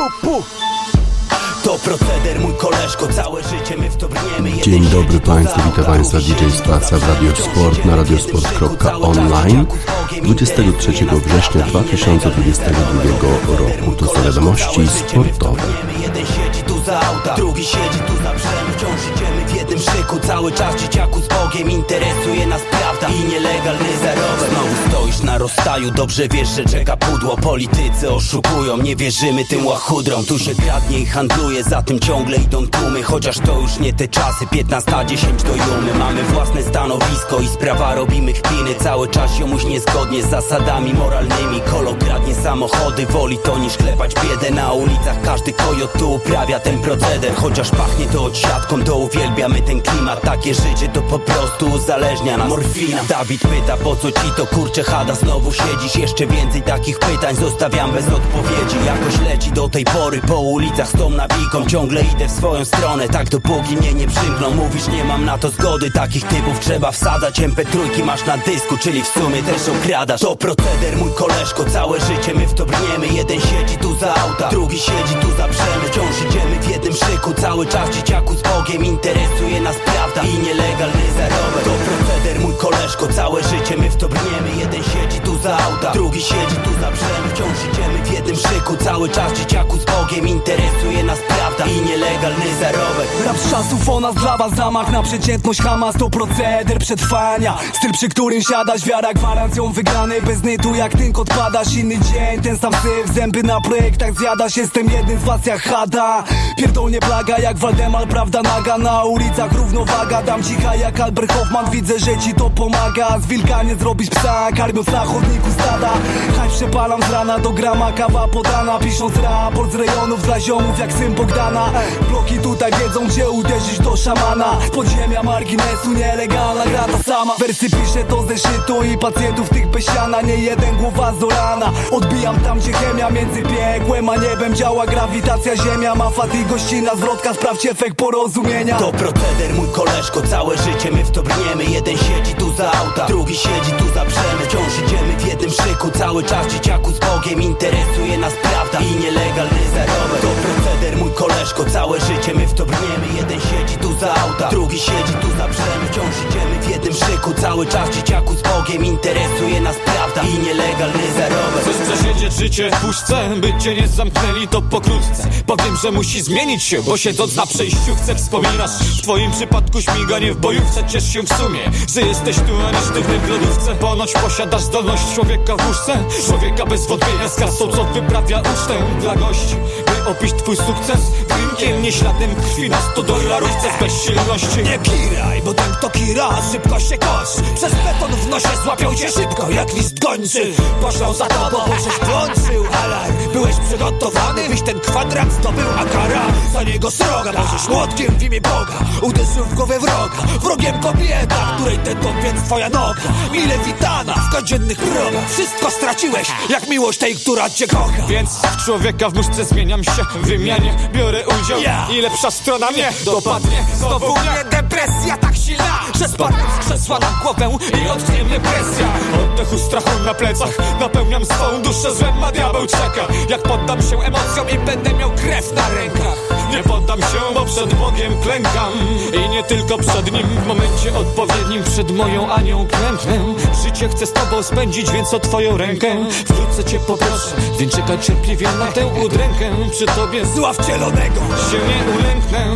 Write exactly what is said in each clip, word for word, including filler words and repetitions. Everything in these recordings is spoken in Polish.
To proceder, mój koleżko, całe życie my w to brniemy. Dzień dobry Państwu, witam Państwa D J Spaca w Radiosport na radiosport kropka online dwudziestego trzeciego września dwa tysiące dwudziestego drugiego roku. To są wiadomości sportowe. Jeden siedzi tu za auta, drugi siedzi tu za brzem. Wciąż idziemy w jednym szyku, cały czas dzieciaku z Bogiem. Interesuje nas prawda i nielegalny zarobek. Znowu stoisz na rozstaju, dobrze wiesz, że czeka pudło. Politycy oszukują, nie wierzymy tym łachudrom. Tu się kradnie i handluje, za tym ciągle idą tłumy. Chociaż to już nie te czasy, piętnaście dziesięć do jumy. Mamy własne stanowisko i sprawa robimy kpiny. Cały czas jomuś niezgodnie z zasadami moralnymi. Kolo kradnie samochody, woli to niż klepać biedę. Na ulicach każdy kojot tu uprawia ten proceder. Chociaż pachnie to odsiadką, to uwielbiamy ten klimat. Takie życie to po prostu uzależnia nas morfina. Dawid pyta, po co ci to kurcze chada? Znowu siedzisz, jeszcze więcej takich pytań zostawiam bez odpowiedzi. Jakoś leci do tej pory po ulicach z tą nawiką. Ciągle idę w swoją stronę, tak dopóki mnie nie przymkną. Mówisz, nie mam na to zgody, takich typów trzeba wsadzać. em pe trzy masz na dysku, czyli w sumie też okradasz. To proceder, mój koleżko, całe życie my w to brniemy. Jeden siedzi tu za auta, drugi siedzi tu za brzemy. Wciąż idziemy w jednym szyku, cały czas dzieciaku z Bogiem. Interesuje nas prawda i nielegalny zarobek. To proceder, mój koleżko, całe życie my w to brniemy. Jeden siedzi tu za auta, drugi siedzi tu za brzemy. Wciąż idziemy w jednym szyku, cały czas dzieciaku z Bogiem. Interesuje nas prawda i nielegalny zarobek. Rap z czasów o nas dla was, zamach na przeciętność Hamas to proceder przetrwania. Styl, przy którym siadasz, wiara gwarancją wygranej. Bez nytu jak tynk odpadasz, inny dzień, ten sam syf. Zęby na projektach zjadasz, jestem jednym z was jak Hada. Pierdolnie plaga jak Waldemar, prawda naga. Na ulicach równowaga, dam cicha jak Albert Hoffman. Widzę, że ci to pomaga. Z wilka nie zrobisz psa, karmiąc na chodniku stada. Haj przepalam z rana do grama, kawa podana. Pisząc raport z rejonów dla ziomów jak syn Bogdana. Bloki tutaj wiedzą, gdzie uderzyć do szamana. Z podziemia marginesu, nielegalna gra ta sama. Wersy piszę to zeszytu i pacjentów tych bez siana. Nie jeden głowa Zorana. Odbijam tam, gdzie chemia między piekłem a niebem działa grawitacja ziemia. Ma fat i gościna zwrotka, sprawdź efekt porozumienia. To proceder, mój koleżko, całe życie my w to brniemy. Jeden siedzi tu za auta, drugi siedzi tu za brzemy. Wciąż idziemy w jednym szyku, cały czas dzieciaku z Bogiem. Interesuje nas prawda i nielegalny zarobek. To proceder, mój koleżko, całe życie my w to brniemy. Jeden siedzi tu za auta, drugi siedzi tu za brzemy. Wciąż idziemy w jednym szyku, cały czas dzieciaku z Bogiem. Interesuje nas prawda i nielegalny zarobek. Chcesz przesiedzieć życie w puszce, by cię nie zamknęli to pokrótce. Powiem, że musi zmienić się, bo siedząc na przejściu chcę wspominasz. W twoim przypadku śmiganie w bojówce. Ciesz się w sumie, że jesteś tu, a nie sztywny w lodówce. Ponoć posiadasz zdolność człowieka w łóżce. Człowieka bez wątpienia z kasą, co wyprawia ucztę dla gości. By opić twój sukces drinkiem, nie śladem krwi na sto dolarówce z bezsilności. Nie kiraj, bo ten kto kira, szybko się kosz. Przez beton w nosie złapią cię szybko jak list gończy. Poszlą za tobą, bo żeś włączył alarm. Byłeś przygotowany, byś ten kwadrat zdobył, a kara za niego sroga. Możesz młotkiem w imię Boga uderzył w głowę wroga. Wrogiem kobieta, której ten dom więc twoja noga. Mile witana w codziennych progach. Wszystko straciłeś, jak miłość tej, która cię kocha. Więc w człowieka w muszce zmieniam się, w wymianie biorę udział ja. I lepsza strona mnie dopadnie. Znowu mnie depresja tak silna, że spadnę z krzesła na głowę i odknie mnie presja. Oddechu strachu na plecach napełniam swą duszę złem, a diabeł czeka. Jak poddam się emocjom i będę miał krew na rękach. Nie poddam się, bo przed Bogiem klękam. I nie tylko przed Nim, w momencie odpowiednim przed moją Anią klęknę. Życie chcę z tobą spędzić, więc o twoją rękę wkrótce cię poproszę, więc czekaj cierpliwie na tę udrękę. Przy tobie zła wcielonego się nie ulęknę,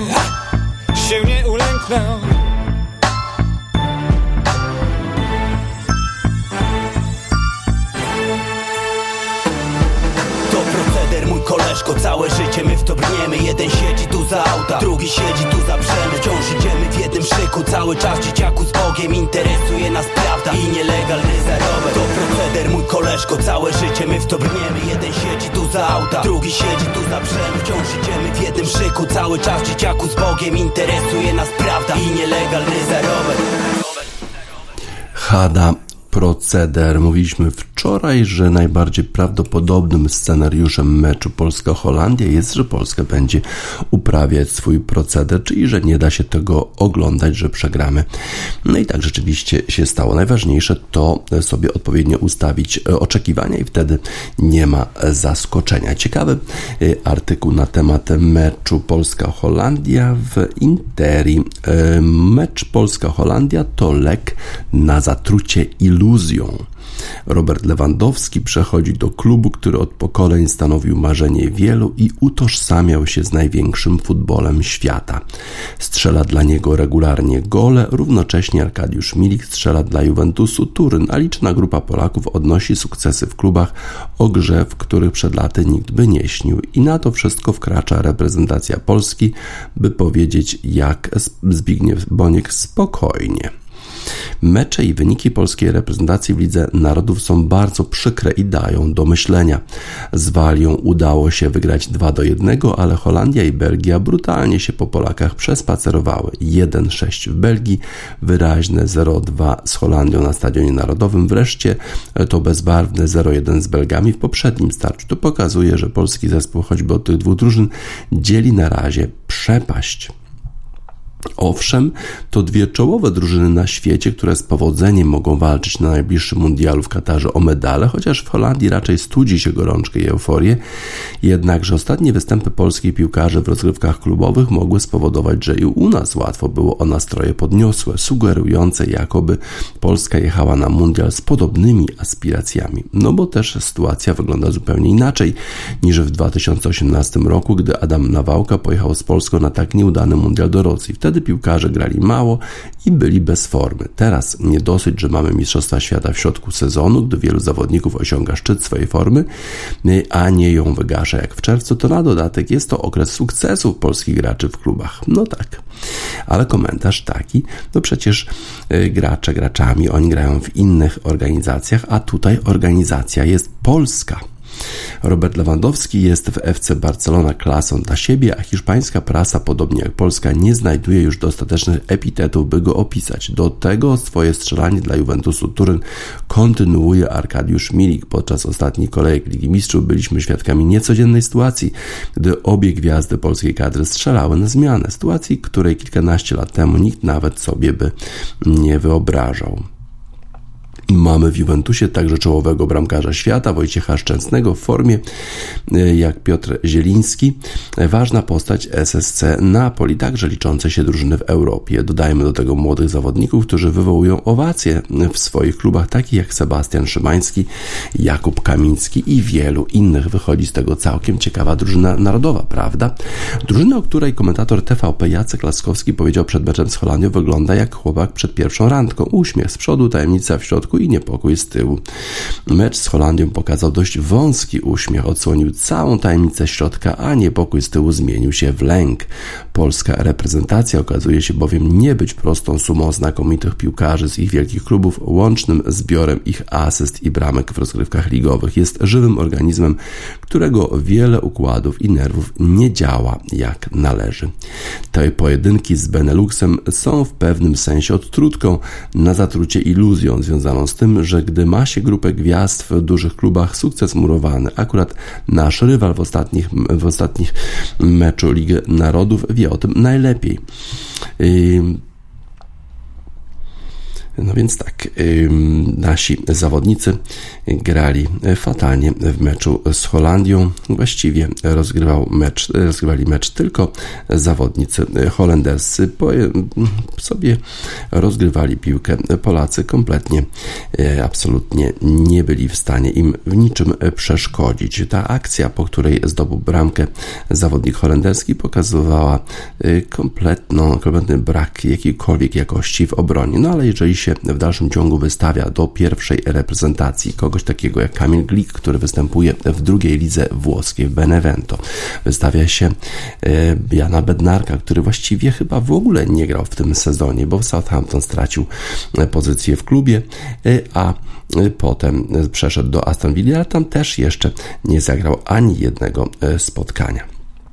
się nie ulęknę. Koleżko, całe życie my w to brniemy. Jeden siedzi tu za auta, drugi siedzi tu za brzemy. Wciąż idziemy w jednym szyku, cały czas dzieciaku z Bogiem. Interesuje nas prawda i nielegalny zarobek. To proceder, mój koleżko, całe życie my w to brniemy. Jeden siedzi tu za auta, drugi siedzi tu za brzemy. Wciąż idziemy w jednym szyku, cały czas dzieciaku z Bogiem. Interesuje nas prawda i nielegalny zarobek. Hada proceder. Mówiliśmy wczoraj, że najbardziej prawdopodobnym scenariuszem meczu Polska-Holandia jest, że Polska będzie uprawiać swój proceder, czyli że nie da się tego oglądać, że przegramy. No i tak rzeczywiście się stało. Najważniejsze to sobie odpowiednio ustawić oczekiwania i wtedy nie ma zaskoczenia. Ciekawy artykuł na temat meczu Polska-Holandia w Interi. Mecz Polska-Holandia to lek na zatrucie iluzją. Robert Lewandowski przechodzi do klubu, który od pokoleń stanowił marzenie wielu i utożsamiał się z największym futbolem świata. Strzela dla niego regularnie gole, równocześnie Arkadiusz Milik strzela dla Juventusu Turyn, a liczna grupa Polaków odnosi sukcesy w klubach o grze, w których przed laty nikt by nie śnił. I na to wszystko wkracza reprezentacja Polski, by powiedzieć jak Zbigniew Boniek spokojnie. Mecze i wyniki polskiej reprezentacji w Lidze Narodów są bardzo przykre i dają do myślenia. Z Walią udało się wygrać dwa do jednego, ale Holandia i Belgia brutalnie się po Polakach przespacerowały. jeden sześć w Belgii, wyraźne zero dwa z Holandią na Stadionie Narodowym, wreszcie to bezbarwne zero jeden z Belgami w poprzednim starciu. To pokazuje, że polski zespół choćby od tych dwóch drużyn dzieli na razie przepaść. Owszem, to dwie czołowe drużyny na świecie, które z powodzeniem mogą walczyć na najbliższym mundialu w Katarze o medale, chociaż w Holandii raczej studzi się gorączkę i euforię, jednakże ostatnie występy polskich piłkarzy w rozgrywkach klubowych mogły spowodować, że i u nas łatwo było o nastroje podniosłe, sugerujące jakoby Polska jechała na mundial z podobnymi aspiracjami. No bo też sytuacja wygląda zupełnie inaczej niż w dwa tysiące osiemnastym roku, gdy Adam Nawałka pojechał z Polską na tak nieudany mundial do Rosji. Wtedy Wtedy piłkarze grali mało i byli bez formy. Teraz nie dosyć, że mamy Mistrzostwa Świata w środku sezonu, gdy wielu zawodników osiąga szczyt swojej formy, a nie ją wygasza jak w czerwcu, to na dodatek jest to okres sukcesów polskich graczy w klubach. No tak, ale komentarz taki, no przecież gracze graczami, oni grają w innych organizacjach, a tutaj organizacja jest polska. Robert Lewandowski jest w F C Barcelona klasą dla siebie, a hiszpańska prasa, podobnie jak polska, nie znajduje już dostatecznych epitetów, by go opisać. Do tego swoje strzelanie dla Juventusu Turyn kontynuuje Arkadiusz Milik. Podczas ostatnich kolejek Ligi Mistrzów byliśmy świadkami niecodziennej sytuacji, gdy obie gwiazdy polskiej kadry strzelały na zmianę. Sytuacji, której kilkanaście lat temu nikt nawet sobie by nie wyobrażał. Mamy w Juventusie także czołowego bramkarza świata, Wojciecha Szczęsnego w formie jak Piotr Zieliński. Ważna postać S S C Napoli, także liczące się drużyny w Europie. Dodajmy do tego młodych zawodników, którzy wywołują owacje w swoich klubach, takich jak Sebastian Szymański, Jakub Kamiński i wielu innych. Wychodzi z tego całkiem ciekawa drużyna narodowa, prawda? Drużyna, o której komentator T V P Jacek Laskowski powiedział przed meczem z Holandią, wygląda jak chłopak przed pierwszą randką. Uśmiech z przodu, tajemnica w środku i niepokój z tyłu. Mecz z Holandią pokazał dość wąski uśmiech, odsłonił całą tajemnicę środka, a niepokój z tyłu zmienił się w lęk. Polska reprezentacja okazuje się bowiem nie być prostą sumą znakomitych piłkarzy z ich wielkich klubów, łącznym zbiorem ich asyst i bramek w rozgrywkach ligowych. Jest żywym organizmem, którego wiele układów i nerwów nie działa jak należy. Te pojedynki z Beneluxem są w pewnym sensie odtrutką na zatrucie iluzją związaną z tym, że gdy ma się grupę gwiazd w dużych klubach, sukces murowany. Akurat nasz rywal w ostatnich, w ostatnich meczu Ligi Narodów wie o tym najlepiej. Yy... No więc tak, yy, nasi zawodnicy grali fatalnie w meczu z Holandią. Właściwie rozgrywał mecz, rozgrywali mecz tylko zawodnicy holenderscy. Po, yy, sobie rozgrywali piłkę. Polacy kompletnie, yy, absolutnie nie byli w stanie im w niczym przeszkodzić. Ta akcja, po której zdobył bramkę zawodnik holenderski, pokazywała yy, kompletną, kompletny brak jakiejkolwiek jakości w obronie. No ale jeżeli się w dalszym ciągu wystawia do pierwszej reprezentacji kogoś takiego jak Kamil Glik, który występuje w drugiej lidze włoskiej w Benevento. Wystawia się e, Jana Bednarka, który właściwie chyba w ogóle nie grał w tym sezonie, bo w Southampton stracił pozycję w klubie, e, a potem przeszedł do Aston Villa, tam też jeszcze nie zagrał ani jednego spotkania.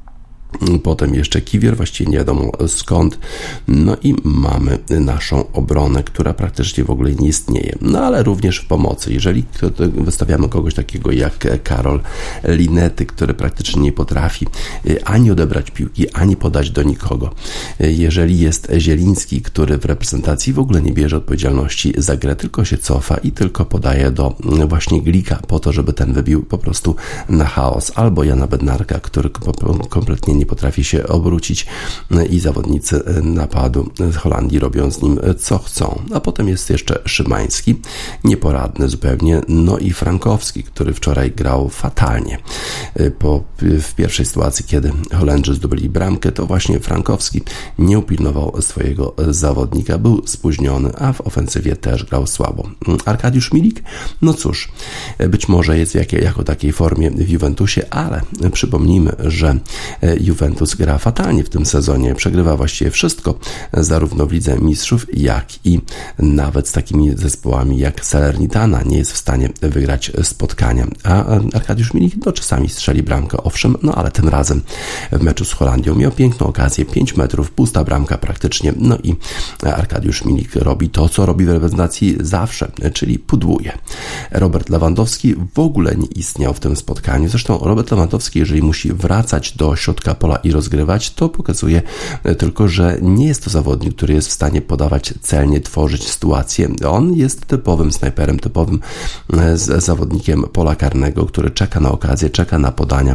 Potem jeszcze Kiwior, właściwie nie wiadomo skąd. No i mamy naszą obronę, która praktycznie w ogóle nie istnieje. No ale również w pomocy. Jeżeli wystawiamy kogoś takiego jak Karol Linety, który praktycznie nie potrafi ani odebrać piłki, ani podać do nikogo. Jeżeli jest Zieliński, który w reprezentacji w ogóle nie bierze odpowiedzialności za grę, tylko się cofa i tylko podaje do właśnie Glika po to, żeby ten wybił po prostu na chaos. Albo Jana Bednarka, który kompletnie nie potrafi się obrócić i zawodnicy napadu z Holandii robią z nim co chcą. A potem jest jeszcze Szymański, nieporadny zupełnie, no i Frankowski, który wczoraj grał fatalnie. Po, w pierwszej sytuacji, kiedy Holendrzy zdobyli bramkę, to właśnie Frankowski nie upilnował swojego zawodnika, był spóźniony, a w ofensywie też grał słabo. Arkadiusz Milik, no cóż, być może jest w jakiej, jako takiej formie w Juventusie, ale przypomnijmy, że Juventus gra fatalnie w tym sezonie, przegrywa właściwie wszystko, zarówno w Lidze Mistrzów, jak i nawet z takimi zespołami jak Salernitana nie jest w stanie wygrać spotkania. A Arkadiusz Milik no, czasami strzeli bramkę, owszem, no ale tym razem w meczu z Holandią miał piękną okazję, pięć metrów, pusta bramka praktycznie, no i Arkadiusz Milik robi to, co robi w reprezentacji zawsze, czyli pudłuje. Robert Lewandowski w ogóle nie istniał w tym spotkaniu, zresztą Robert Lewandowski, jeżeli musi wracać do środka pola i rozgrywać, to pokazuje tylko, że nie jest to zawodnik, który jest w stanie podawać celnie, tworzyć sytuację. On jest typowym snajperem, typowym zawodnikiem pola karnego, który czeka na okazję, czeka na podania,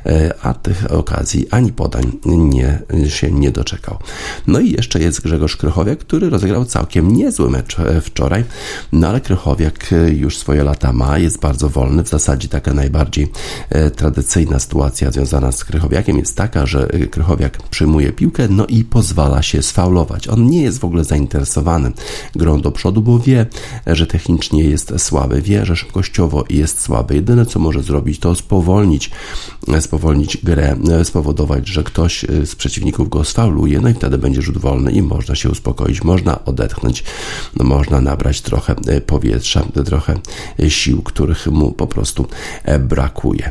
a tych okazji ani podań nie, się nie doczekał. No i jeszcze jest Grzegorz Krychowiak, który rozegrał całkiem niezły mecz wczoraj, no ale Krychowiak już swoje lata ma, jest bardzo wolny, w zasadzie taka najbardziej tradycyjna sytuacja związana z Krychowiakiem jest taka, że Krychowiak przyjmuje piłkę, no i pozwala się sfaulować. On nie jest w ogóle zainteresowany grą do przodu, bo wie, że technicznie jest słaby, wie, że szybkościowo jest słaby. Jedyne, co może zrobić, to spowolnić, spowolnić grę, spowodować, że ktoś z przeciwników go sfauluje, no i wtedy będzie rzut wolny i można się uspokoić, można odetchnąć, no można nabrać trochę powietrza, trochę sił, których mu po prostu brakuje.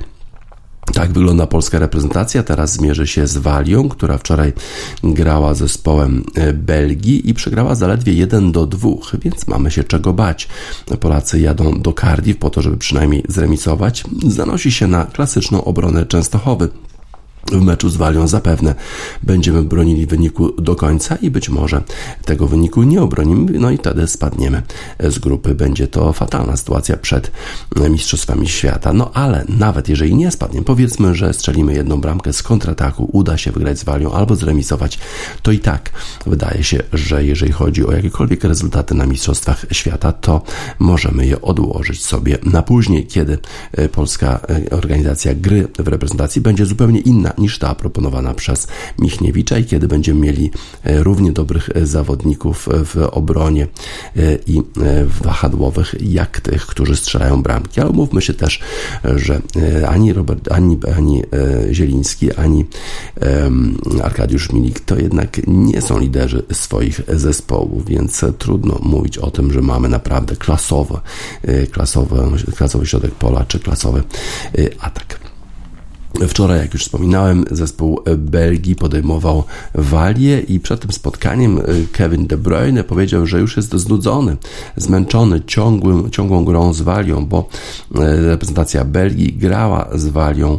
Tak wygląda polska reprezentacja. Teraz zmierzy się z Walią, która wczoraj grała z zespołem Belgii i przegrała zaledwie jeden do dwóch, więc mamy się czego bać. Polacy jadą do Cardiff po to, żeby przynajmniej zremisować. Zanosi się na klasyczną obronę Częstochowy. W meczu z Walią zapewne będziemy bronili wyniku do końca i być może tego wyniku nie obronimy, no i wtedy spadniemy z grupy. Będzie to fatalna sytuacja przed Mistrzostwami Świata. No ale nawet jeżeli nie spadniemy, powiedzmy, że strzelimy jedną bramkę z kontrataku, uda się wygrać z Walią albo zremisować, to i tak wydaje się, że jeżeli chodzi o jakiekolwiek rezultaty na Mistrzostwach Świata, to możemy je odłożyć sobie na później, kiedy polska organizacja gry w reprezentacji będzie zupełnie inna niż ta proponowana przez Michniewicza i kiedy będziemy mieli równie dobrych zawodników w obronie i wahadłowych, jak tych, którzy strzelają bramki. Ale umówmy się też, że ani Robert, ani, ani Zieliński, ani um, Arkadiusz Milik to jednak nie są liderzy swoich zespołów, więc trudno mówić o tym, że mamy naprawdę klasowy, klasowy, klasowy środek pola czy klasowy atak. Wczoraj, jak już wspominałem, zespół Belgii podejmował Walię i przed tym spotkaniem Kevin De Bruyne powiedział, że już jest znudzony, zmęczony ciągłym, ciągłą grą z Walią, bo reprezentacja Belgii grała z Walią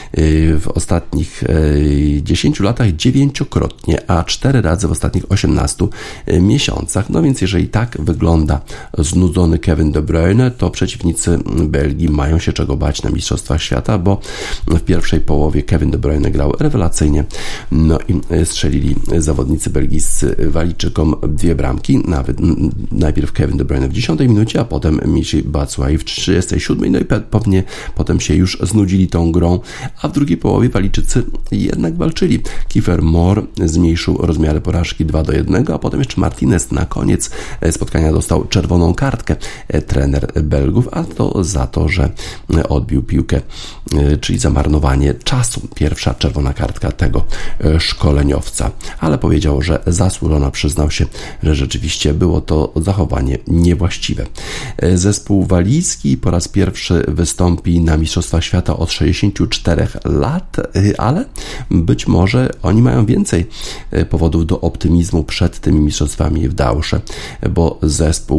w ostatnich dziesięciu latach dziewięciokrotnie, a cztery razy w ostatnich osiemnastu miesiącach. No więc jeżeli tak wygląda znudzony Kevin De Bruyne, to przeciwnicy Belgii mają się czego bać na Mistrzostwach Świata, bo w pierwszej W pierwszej połowie Kevin De Bruyne grał rewelacyjnie, no i strzelili zawodnicy belgijscy Walijczykom dwie bramki, nawet najpierw Kevin De Bruyne w dziesiątej minucie, a potem Michy Batshuayi w trzydziestej siódmej, no i pewnie potem się już znudzili tą grą, a w drugiej połowie Walijczycy jednak walczyli. Kiefer Moore zmniejszył rozmiary porażki dwa do jednego, a potem jeszcze Martinez na koniec spotkania dostał czerwoną kartkę, trener Belgów, a to za to, że odbił piłkę, czyli zamarnowanie zatrzymanie czasu. Pierwsza czerwona kartka tego szkoleniowca. Ale powiedział, że zasłużona, przyznał się, że rzeczywiście było to zachowanie niewłaściwe. Zespół walijski po raz pierwszy wystąpi na Mistrzostwach Świata od sześćdziesięciu czterech lat, ale być może oni mają więcej powodów do optymizmu przed tymi mistrzostwami w Dausze, bo zespół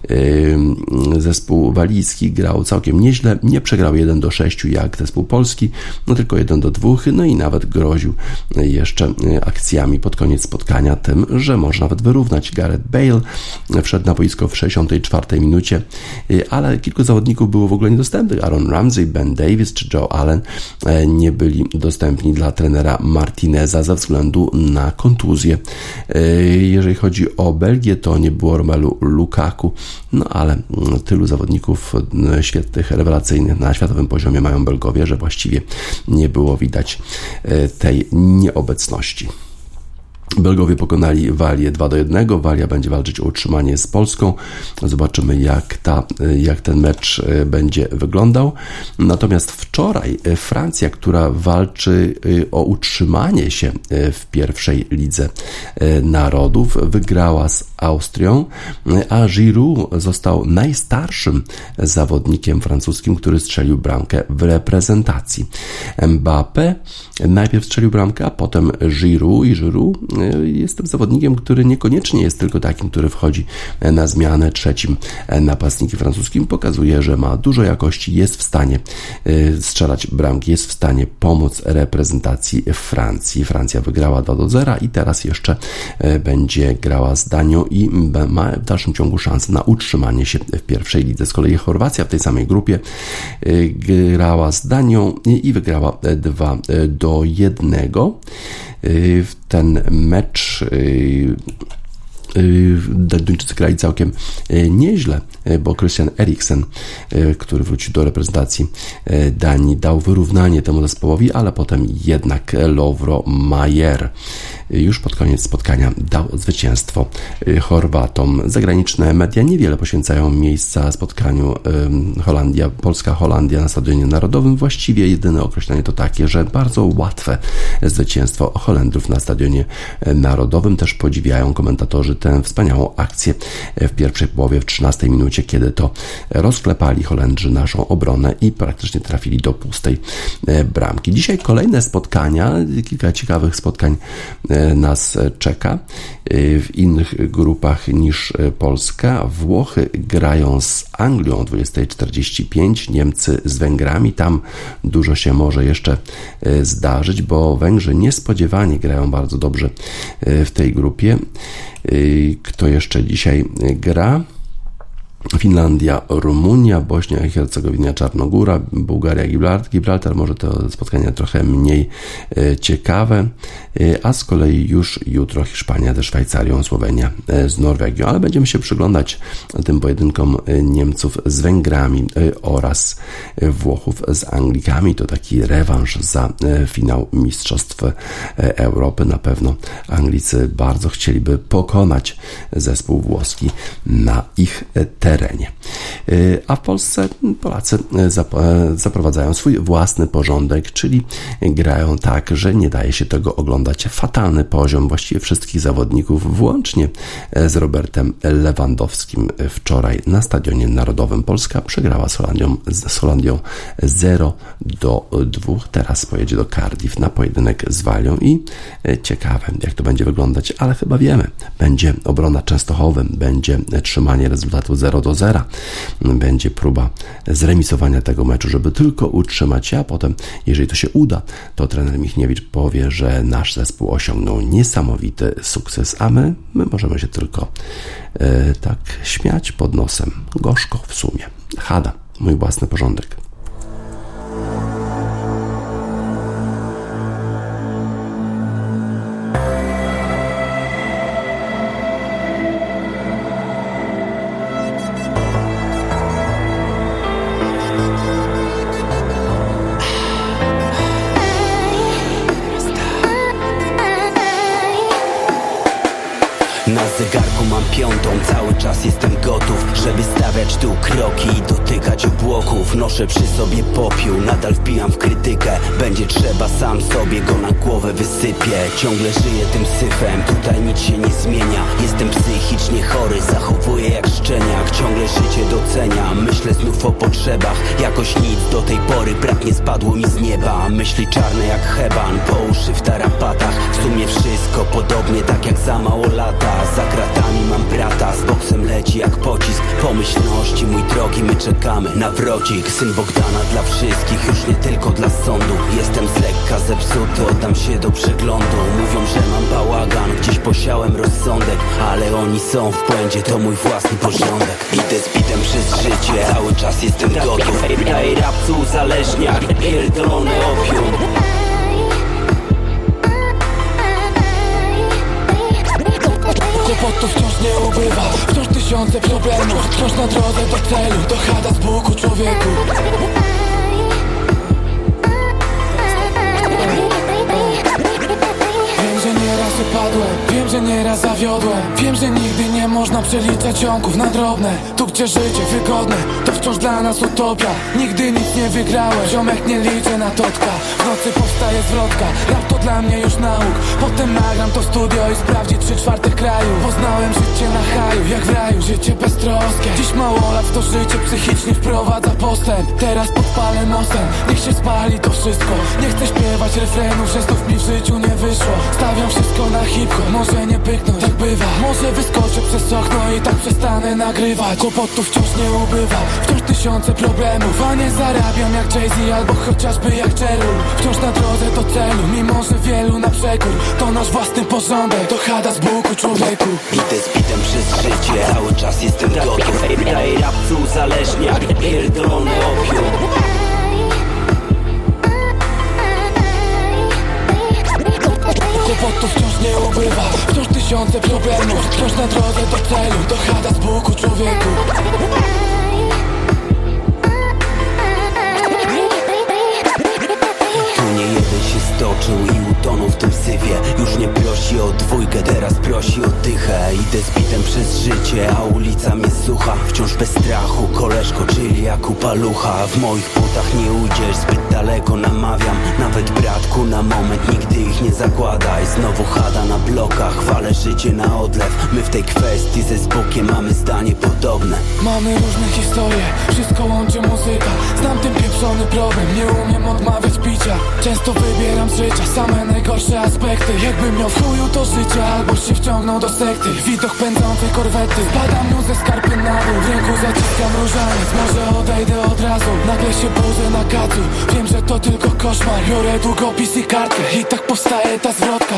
zespół walijski grał całkiem nieźle, nie przegrał jeden do sześciu jak zespół polski, no tylko jeden do dwóch, no i nawet groził jeszcze akcjami pod koniec spotkania tym, że może nawet wyrównać. Gareth Bale wszedł na boisko w sześćdziesiątej czwartej minucie, ale kilku zawodników było w ogóle niedostępnych. Aaron Ramsey, Ben Davies czy Joe Allen nie byli dostępni dla trenera Martineza ze względu na kontuzję. Jeżeli chodzi o Belgię, to nie było Romelu Lukaku, no ale tylu zawodników świetnych, rewelacyjnych na światowym poziomie mają Belgowie, że właściwie nie było widać tej nieobecności. Belgowie pokonali Walię dwa do jednego. Walia będzie walczyć o utrzymanie z Polską. Zobaczymy, jak, ta, jak ten mecz będzie wyglądał. Natomiast wczoraj Francja, która walczy o utrzymanie się w pierwszej lidze narodów, wygrała z Austrią, a Giroud został najstarszym zawodnikiem francuskim, który strzelił bramkę w reprezentacji. Mbappé najpierw strzelił bramkę, a potem Giroud i Giroud jest tym zawodnikiem, który niekoniecznie jest tylko takim, który wchodzi na zmianę trzecim napastnikiem francuskim. Pokazuje, że ma dużo jakości, jest w stanie strzelać bramki, jest w stanie pomóc reprezentacji Francji. Francja wygrała dwa do zera i teraz jeszcze będzie grała z Danią i ma w dalszym ciągu szansę na utrzymanie się w pierwszej lidze. Z kolei Chorwacja w tej samej grupie grała z Danią i wygrała dwa do jednego. Ten mecz Duńczycy grali całkiem nieźle, bo Christian Eriksen, który wrócił do reprezentacji Danii, dał wyrównanie temu zespołowi, ale potem jednak Lovro Majer już pod koniec spotkania dał zwycięstwo Chorwatom. Zagraniczne media niewiele poświęcają miejsca spotkaniu Holandia, Polska-Holandia na Stadionie Narodowym. Właściwie jedyne określenie to takie, że bardzo łatwe zwycięstwo Holendrów na Stadionie Narodowym. Też podziwiają komentatorzy tę wspaniałą akcję w pierwszej połowie, w trzynastej minucie, kiedy to rozklepali Holendrzy naszą obronę i praktycznie trafili do pustej bramki. Dzisiaj kolejne spotkania, kilka ciekawych spotkań nas czeka w innych grupach niż Polska. Włochy grają z Anglią o dwudziestej czterdzieści pięć, Niemcy z Węgrami. Tam dużo się może jeszcze zdarzyć, bo Węgrzy niespodziewanie grają bardzo dobrze w tej grupie. Kto jeszcze dzisiaj gra? Finlandia, Rumunia, Bośnia i Hercegowina, Czarnogóra, Bułgaria, Gibraltar. Gibraltar może to spotkania trochę mniej e, ciekawe, e, a z kolei już jutro Hiszpania ze Szwajcarią, Słowenia e, z Norwegią, ale będziemy się przyglądać tym pojedynkom e, Niemców z Węgrami e, oraz Włochów z Anglikami. To taki rewanż za e, finał Mistrzostw e, Europy. Na pewno Anglicy bardzo chcieliby pokonać zespół włoski na ich terenie. A w Polsce Polacy zaprowadzają swój własny porządek, czyli grają tak, że nie daje się tego oglądać. Fatalny poziom właściwie wszystkich zawodników, włącznie z Robertem Lewandowskim. Wczoraj na Stadionie Narodowym Polska przegrała z Holandią, z Holandią zero do dwóch. Teraz pojedzie do Cardiff na pojedynek z Walią i ciekawe, jak to będzie wyglądać, ale chyba wiemy. Będzie obrona Częstochowy, będzie trzymanie rezultatu zero do zera. Będzie próba zremisowania tego meczu, żeby tylko utrzymać się, a potem, jeżeli to się uda, to trener Michniewicz powie, że nasz zespół osiągnął niesamowity sukces, a my, my możemy się tylko e, tak śmiać pod nosem. Gorzko w sumie. Hada, mój własny porządek. Na zegarku mam piątą. Cały czas jestem gotów, żeby stawiać tu kroki i dotykać obłoków. Noszę przy sobie popiół, nadal wpijam w krytykę. Będzie trzeba, sam sobie go na głowę wysypię. Ciągle żyję tym syfem, tutaj nic się nie zmienia. Jestem psychicznie chory, zachowuję jak szczeniak. Ciągle życie doceniam, myślę znów o potrzebach. Jakoś nic do tej pory, brak nie spadło mi z nieba. Myśli czarne jak heban, po uszy w tarapatach. W sumie wszystko podobnie, tak jak za mało lata. Za kratami mam brata, z boksem leci jak pocisk. Pomyślności, mój drogi, my czekamy na wrocik. Syn Bogdana dla wszystkich, już nie tylko dla sądu. Jestem z lekka zepsuty, oddam się do przeglądu. Mówią, że mam bałagan, gdzieś posiałem rozsądek. Ale oni są w błędzie, to mój własny porządek. Idę z bitem przez życie, cały czas jestem gotów. Ej, rapcu uzależniak, pierdolony opium. Kłopotów wciąż nie ubywa, wciąż tysiące problemów. Wciąż na drodze do celu, dochada z Bogu człowieku. Wiem, że nieraz upadłem, wiem, że nieraz zawiodłem. Wiem, że nigdy nie można przeliczać ciągów na drobne. Tu gdzie życie wygodne, to wciąż dla nas utopia. Nigdy nic nie wygrałem, ziomek nie liczę na totka. W nocy powstaje zwrotka, rap to dla mnie już nauk. Potem nagram to studio i sprawdzi trzy czwarte kraju. Poznałem życie na haju, jak w raju, życie beztroskie. Dziś mało lat w to życie psychicznie wprowadza postęp. Teraz podpalę mostem, niech się spali to wszystko. Nie chcę śpiewać refrenów, że znów mi w życiu nie wyszło. Stawiam wszystko na hip-hop, może nie pyknąć, tak bywa. Może wyskoczę przez okno i tak przestanę nagrywać. Kłopotów wciąż nie ubywa, wciąż tysiące problemów. A nie zarabiam jak Jay-Z albo chociażby jak Cheryl. Wciąż na drodze do celu, mimo że wielu na przekór. To nasz własny porządek, dochada z Bogu człowieku. Idę z bitem przez życie, cały czas jestem gotów. Ej, rapcu uzależniak, pierdolony opium. Kłopotów wciąż nie ubywa, wciąż tysiące problemów. Wciąż na drodze do celu, dochada z Bogu człowieku. Stoczył i utonął w tym syfie. Już nie prosi o dwójkę, teraz prosi o dychę. Idę z bitem przez życie, a ulica mnie słucha. Wciąż bez strachu, koleżko, czyli jak upalucha. W moich butach nie ujdziesz, zbyt daleko namawiam. Nawet bratku, na moment nigdy ich nie zakładaj. Znowu chada na blokach, chwalę życie na odlew. My w tej kwestii ze Zbokiem mamy zdanie podobne. Mamy różne historie, wszystko łączy muzyka. Znam ten pieprzony problem, nie umiem odmawiać picia. Często wybieram z życia same najgorsze aspekty. Jakbym miał w chuju to życie, albo się wciągnął do sekty. Widok pędzącej korwety, spadam nią ze skarpy na dół. W ręku zaciskam różaniec, może odejdę od razu. Nagle się budzę na kacu, wiem, że to tylko koszmar. Biorę długopis i kartkę i tak powstaje ta zwrotka.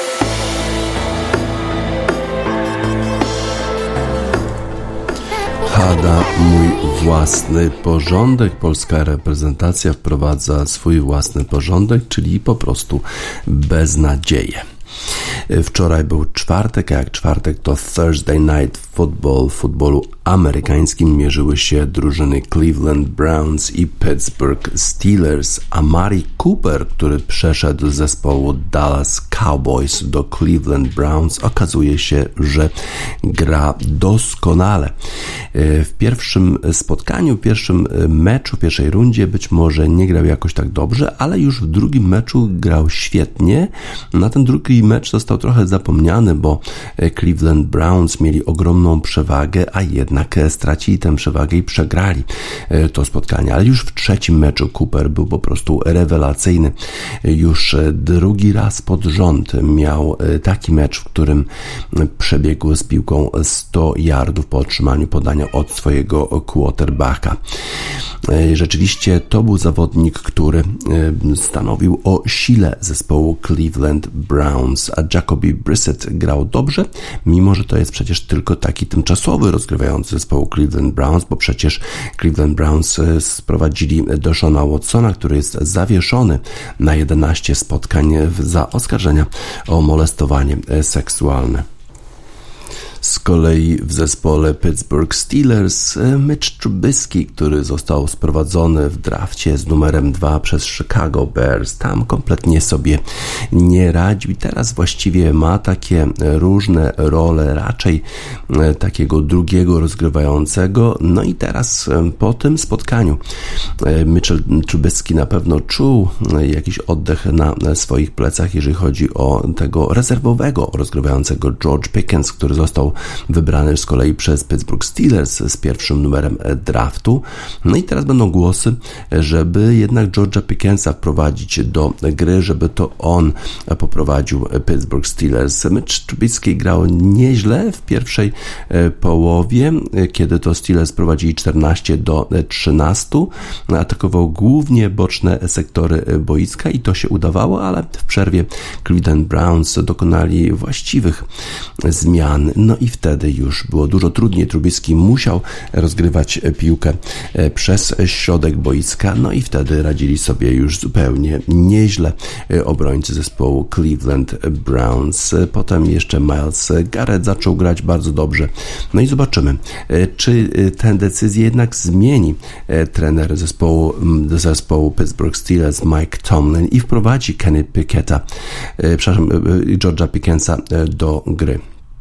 Hada, mój własny porządek. Polska reprezentacja wprowadza swój własny porządek, czyli po prostu beznadzieję. Wczoraj był czwartek, a jak czwartek to Thursday Night Football. W futbolu amerykańskim mierzyły się drużyny Cleveland Browns i Pittsburgh Steelers. Amari Cooper, który przeszedł z zespołu Dallas Cowboys do Cleveland Browns, okazuje się, że gra doskonale. W pierwszym spotkaniu, w pierwszym meczu, w pierwszej rundzie być może nie grał jakoś tak dobrze, ale już w drugim meczu grał świetnie. Na ten drugi mecz został trochę zapomniany, bo Cleveland Browns mieli ogromną przewagę, a jednak stracili tę przewagę i przegrali to spotkanie. Ale już w trzecim meczu Cooper był po prostu rewelacyjny. Już drugi raz pod rząd miał taki mecz, w którym przebiegł z piłką sto yardów po otrzymaniu podania od swojego quarterbacka. Rzeczywiście to był zawodnik, który stanowił o sile zespołu Cleveland Browns, a Jacoby Brissett grał dobrze, mimo że to jest przecież tylko taki tymczasowy rozgrywający zespołu Cleveland Browns, bo przecież Cleveland Browns sprowadzili Deshona Watsona, który jest zawieszony na jedenaście spotkań za oskarżenia o molestowanie seksualne. Z kolei w zespole Pittsburgh Steelers Mitch Trubisky, który został sprowadzony w drafcie z numerem dwa przez Chicago Bears, tam kompletnie sobie nie radził i teraz właściwie ma takie różne role, raczej takiego drugiego rozgrywającego. No i teraz po tym spotkaniu Mitchell Trubisky na pewno czuł jakiś oddech na swoich plecach, jeżeli chodzi o tego rezerwowego rozgrywającego George Pickens, który został wybrany z kolei przez Pittsburgh Steelers z pierwszym numerem draftu. No i teraz będą głosy, żeby jednak George'a Pickensa wprowadzić do gry, żeby to on poprowadził Pittsburgh Steelers. Mitch Trubisky grał nieźle w pierwszej połowie, kiedy to Steelers prowadzili czternaście do trzynastu. Atakował głównie boczne sektory boiska i to się udawało, ale w przerwie Cleveland Browns dokonali właściwych zmian. No i wtedy już było dużo trudniej. Trubisky musiał rozgrywać piłkę przez środek boiska, no i wtedy radzili sobie już zupełnie nieźle obrońcy zespołu Cleveland Browns. Potem jeszcze Myles Garrett zaczął grać bardzo dobrze. No i zobaczymy, czy tę decyzję jednak zmieni trener zespołu, zespołu Pittsburgh Steelers Mike Tomlin i wprowadzi Kenny Pickett'a, przepraszam, George'a Pickensa do gry.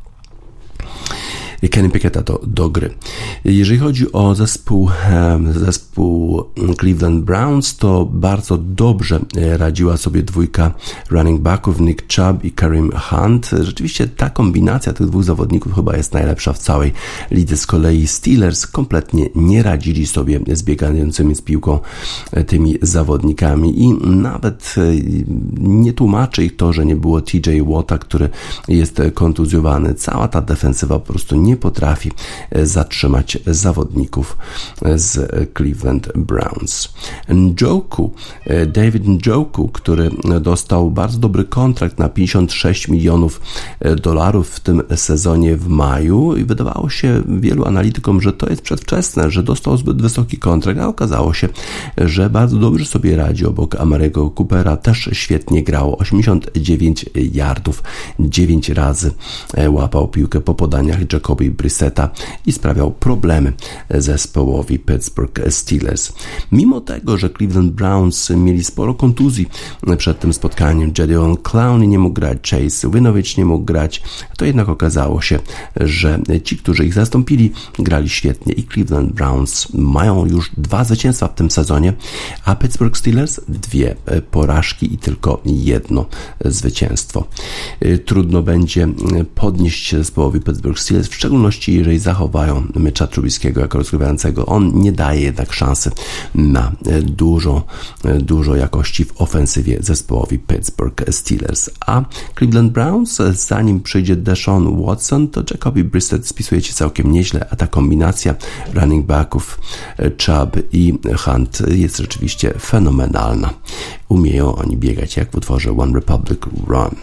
Kenny Pickett'a do, do gry. Jeżeli chodzi o zespół, zespół Cleveland Browns, to bardzo dobrze radziła sobie dwójka running backów Nick Chubb i Kareem Hunt. Rzeczywiście ta kombinacja tych dwóch zawodników chyba jest najlepsza w całej lidze. Z kolei Steelers kompletnie nie radzili sobie z biegającymi z piłką tymi zawodnikami i nawet nie tłumaczy ich to, że nie było T J Watta, który jest kontuzjowany. Cała ta defensywa po prostu nie nie potrafi zatrzymać zawodników z Cleveland Browns. Njoku, David Njoku, który dostał bardzo dobry kontrakt na pięćdziesiąt sześć milionów dolarów w tym sezonie w maju i wydawało się wielu analitykom, że to jest przedwczesne, że dostał zbyt wysoki kontrakt, a okazało się, że bardzo dobrze sobie radzi obok Amarego Coopera, też świetnie grało, osiemdziesiąt dziewięć yardów, dziewięć razy łapał piłkę po podaniach Jacoby Brissetta i sprawiał problemy zespołowi Pittsburgh Steelers. Mimo tego, że Cleveland Browns mieli sporo kontuzji przed tym spotkaniem, Jadeveon Clowney nie mógł grać, Chase Winovich nie mógł grać, to jednak okazało się, że ci, którzy ich zastąpili, grali świetnie i Cleveland Browns mają już dwa zwycięstwa w tym sezonie, a Pittsburgh Steelers dwie porażki i tylko jedno zwycięstwo. Trudno będzie podnieść zespołowi Pittsburgh Steelers, w szczególności jeżeli zachowają Mitcha Trubiskiego jako rozgrywającego. On nie daje jednak szansy na dużo, dużo jakości w ofensywie zespołowi Pittsburgh Steelers. A Cleveland Browns, zanim przyjdzie Deshaun Watson, to Jacoby Brissett spisuje się całkiem nieźle, a ta kombinacja running backów Chubb i Hunt jest rzeczywiście fenomenalna. Umieją oni biegać jak w utworze One Republic Run.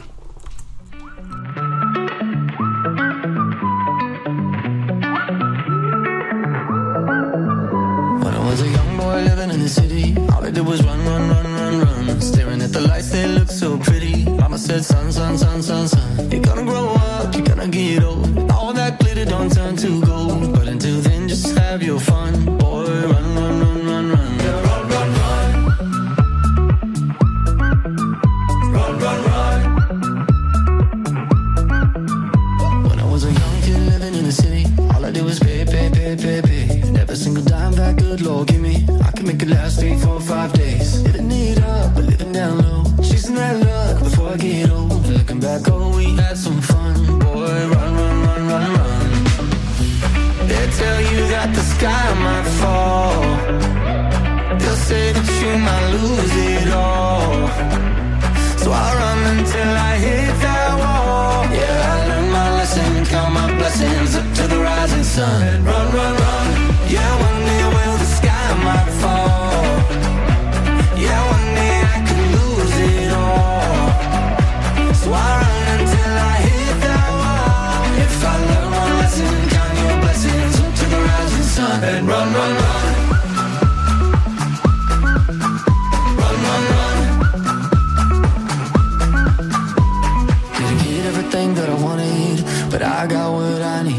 Said, son, son, son, son, son, you're gonna grow up, you're gonna get old. All that glitter don't turn to gold, but until then, just have your fun, boy. Run, run, run, run, run. Yeah, run, run, run. Run, run, run. When I was a young kid living in the city, all I did was pay, pay, pay, pay, pay. Never single dime that good Lord give me, I can make it last three, four, five days. Living it up, but living down low, chasing that luck before I get old. Looking back, oh, we had some fun, boy. Run, run, run, run, run. They tell you that the sky might fall. They'll say that you might lose it all. So I run until I hit that wall. Yeah, I learned my lesson, count my blessings up to the rising sun. And run, run, run. Yeah, one day will the sky might fall. Yeah, one day I could lose it all. So I run until I hit that wall. If I learn one lesson, count your blessings up to the rising sun. And run, run, run. Run, run, run. Didn't get everything that I wanted, but I got what I need.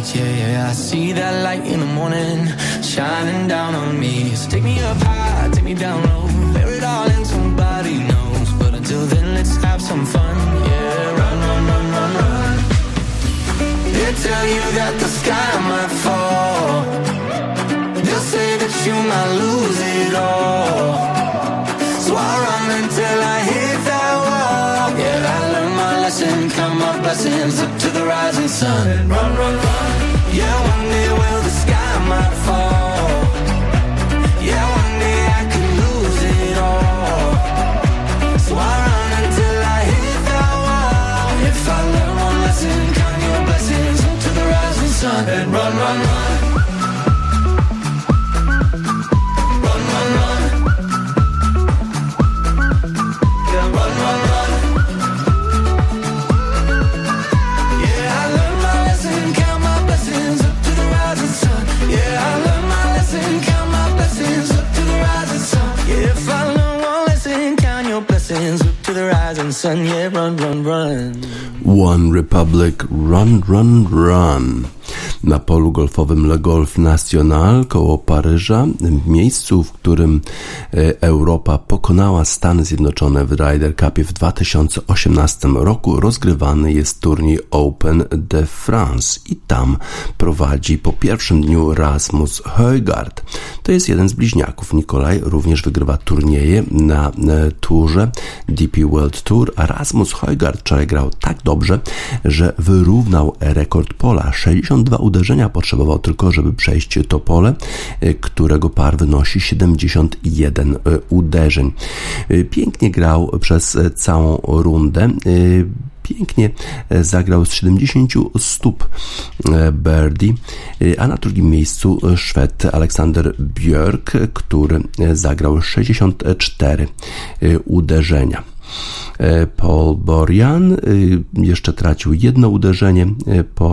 light in the morning, shining down on me. So take me up high, take me down low, bear it all and somebody knows. But until then, let's have some fun. Yeah, run, run, run, run, run. They tell you that the sky might fall. They'll say that you might lose it all. So I run until I hit that wall. Yeah, I learned my lesson, count my blessings up to the rising sun. And run, run, run. Yeah, one day well the sky might fall. Yeah, one day I could lose it all. So I run until I hit that wall. If I learn one lesson, count your blessings up to the rising sun. And run, run, run. Run, run, run. Yeah, run, run, run. Yeah, I learned my lesson, count my blessings up to the rising sun. Yeah, I learned my lesson, count my blessings up to the rising sun. Yeah, if I learn one lesson, count your blessings up to the rising sun. Yeah, run, run, run. One Republic, Run, Run, Run. Na polu golfowym Le Golf National koło Paryża, w miejscu, w którym Europa pokonała Stany Zjednoczone w Ryder Cupie w dwa tysiące osiemnastym roku, rozgrywany jest turniej Open de France i tam prowadzi po pierwszym dniu Rasmus Højgaard. To jest jeden z bliźniaków. Nikolaj również wygrywa turnieje na turze D P World Tour, a Rasmus Højgaard wczoraj grał tak dobrze, że wyrównał rekord pola. sześćdziesiąt dwa uderzenia potrzebował tylko, żeby przejść to pole, którego par wynosi siedemdziesiąt jeden uderzeń. Pięknie grał przez całą rundę. Pięknie zagrał z siedemdziesięciu stóp birdie, a na drugim miejscu Szwed Aleksander Björk, który zagrał sześćdziesiąt cztery uderzenia. Paul Borjan jeszcze tracił jedno uderzenie po,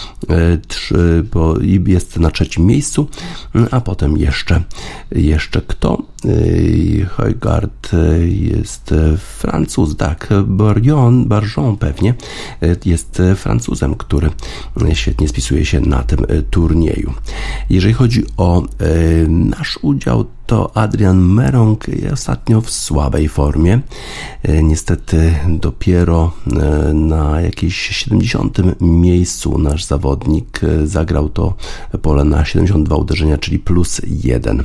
trzy, po i jest na trzecim miejscu, a potem jeszcze jeszcze kto? Højgaard jest Francuz, tak, Borjan, Barjon pewnie jest Francuzem, który świetnie spisuje się na tym turnieju. Jeżeli chodzi o nasz udział, to Adrian Meronk jest ostatnio w słabej formie. Niestety dopiero na jakieś siedemdziesiątym miejscu nasz zawodnik zagrał to pole na siedemdziesiąt dwa uderzenia, czyli plus jeden.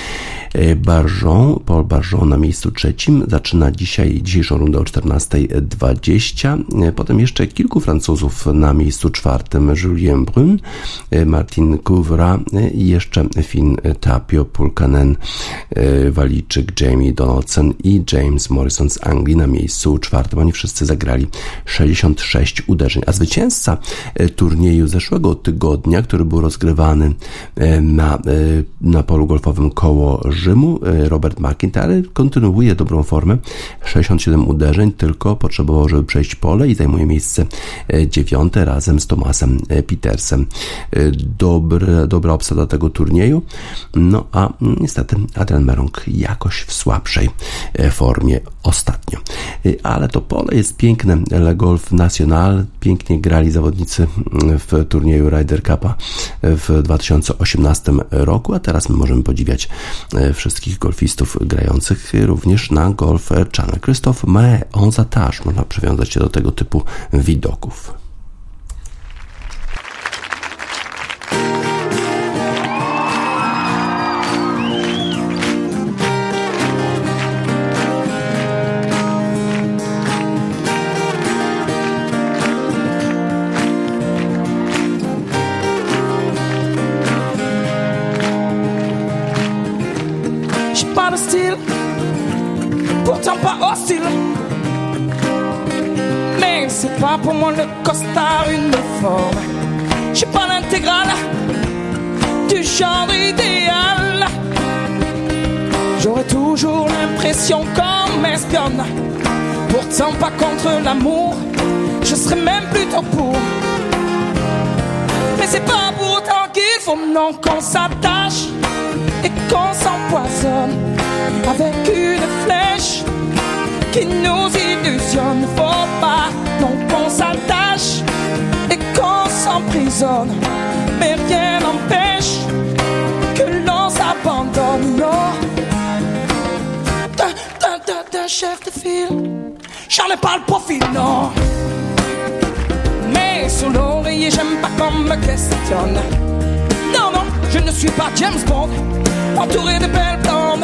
Barjon, Paul Barjon na miejscu trzecim zaczyna dzisiaj dzisiejszą rundę o czternasta dwadzieścia. Potem jeszcze kilku Francuzów na miejscu czwartym: Julien Brun, Martin Couvra i jeszcze Finn Tapio, Pulkanen, Walijczyk Jamie Donaldson i James Morrison z Anglii na miejscu czwartym. Oni wszyscy zagrali sześćdziesiąt sześć uderzeń, a zwycięzca turnieju zeszłego tygodnia, który był rozgrywany na, na polu golfowym koło Rzymu, Robert McIntyre, kontynuuje dobrą formę, sześćdziesiąt siedem uderzeń, tylko potrzebował, żeby przejść pole i zajmuje miejsce dziewiąte razem z Tomasem Petersem. Dobry, dobra obsada tego turnieju, no a niestety Adrian Meronk jakoś w słabszej formie ostatnio. Ale to pole jest piękne, Le Golf National, pięknie grali zawodnicy w turnieju Ryder Cupa w dwa tysiące osiemnastym roku, a teraz my możemy podziwiać wszystkich golfistów grających również na Golf Channel. Christophe Mahé, on s'attache, można przywiązać się do tego typu widoków. Pourtant pas hostile, mais c'est pas pour moi le costard uniforme. J'ai pas l'intégrale du genre idéal. J'aurais toujours l'impression qu'on m'espionne. Pourtant pas contre l'amour, je serais même plutôt pour. Mais c'est pas pour autant qu'il faut non qu'on s'attache et qu'on s'empoisonne avec une flèche qui nous illusionne. Faut pas non qu'on s'attache et qu'on s'emprisonne, mais rien n'empêche chef de file, j'en ai pas le profil, non. Mais sous l'oreiller, j'aime pas qu'on me questionne. Non, non, je ne suis pas James Bond, entouré de belles blondes.